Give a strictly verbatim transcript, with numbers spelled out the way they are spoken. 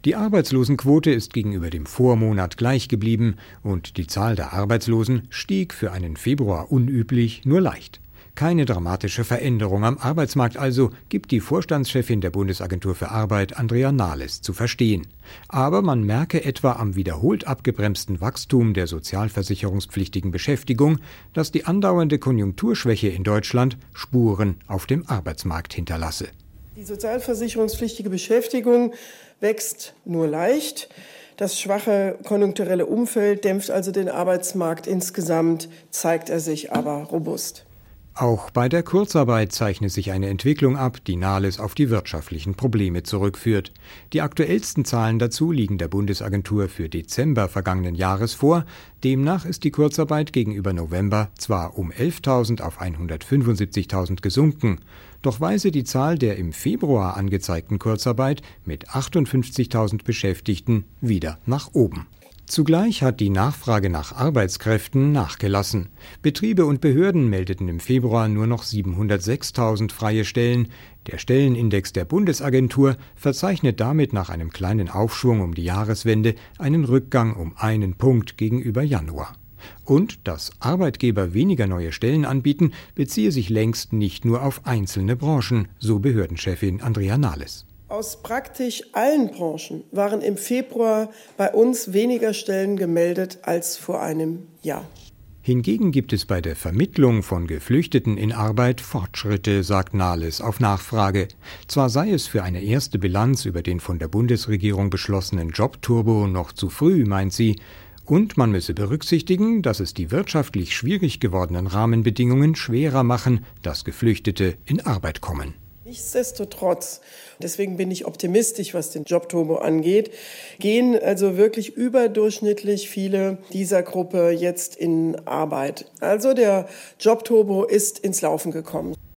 Die Arbeitslosenquote ist gegenüber dem Vormonat gleich geblieben und die Zahl der Arbeitslosen stieg für einen Februar unüblich nur leicht. Keine dramatische Veränderung am Arbeitsmarkt also, gibt die Vorstandschefin der Bundesagentur für Arbeit, Andrea Nahles, zu verstehen. Aber man merke etwa am wiederholt abgebremsten Wachstum der sozialversicherungspflichtigen Beschäftigung, dass die andauernde Konjunkturschwäche in Deutschland Spuren auf dem Arbeitsmarkt hinterlasse. Die sozialversicherungspflichtige Beschäftigung wächst nur leicht. Das schwache konjunkturelle Umfeld dämpft also den Arbeitsmarkt insgesamt, zeigt er sich aber robust. Auch bei der Kurzarbeit zeichnet sich eine Entwicklung ab, die Nahles auf die wirtschaftlichen Probleme zurückführt. Die aktuellsten Zahlen dazu liegen der Bundesagentur für Dezember vergangenen Jahres vor. Demnach ist die Kurzarbeit gegenüber November zwar um elftausend auf hundertfünfundsiebzigtausend gesunken, doch weise die Zahl der im Februar angezeigten Kurzarbeit mit achtundfünfzigtausend Beschäftigten wieder nach oben. Zugleich hat die Nachfrage nach Arbeitskräften nachgelassen. Betriebe und Behörden meldeten im Februar nur noch siebenhundertsechstausend freie Stellen. Der Stellenindex der Bundesagentur verzeichnet damit nach einem kleinen Aufschwung um die Jahreswende einen Rückgang um einen Punkt gegenüber Januar. Und dass Arbeitgeber weniger neue Stellen anbieten, beziehe sich längst nicht nur auf einzelne Branchen, so Behördenchefin Andrea Nahles. Aus praktisch allen Branchen waren im Februar bei uns weniger Stellen gemeldet als vor einem Jahr. Hingegen gibt es bei der Vermittlung von Geflüchteten in Arbeit Fortschritte, sagt Nahles auf Nachfrage. Zwar sei es für eine erste Bilanz über den von der Bundesregierung beschlossenen Jobturbo noch zu früh, meint sie, und man müsse berücksichtigen, dass es die wirtschaftlich schwierig gewordenen Rahmenbedingungen schwerer machen, dass Geflüchtete in Arbeit kommen. Nichtsdestotrotz, deswegen bin ich optimistisch, was den Jobturbo angeht, gehen also wirklich überdurchschnittlich viele dieser Gruppe jetzt in Arbeit. Also der Jobturbo ist ins Laufen gekommen.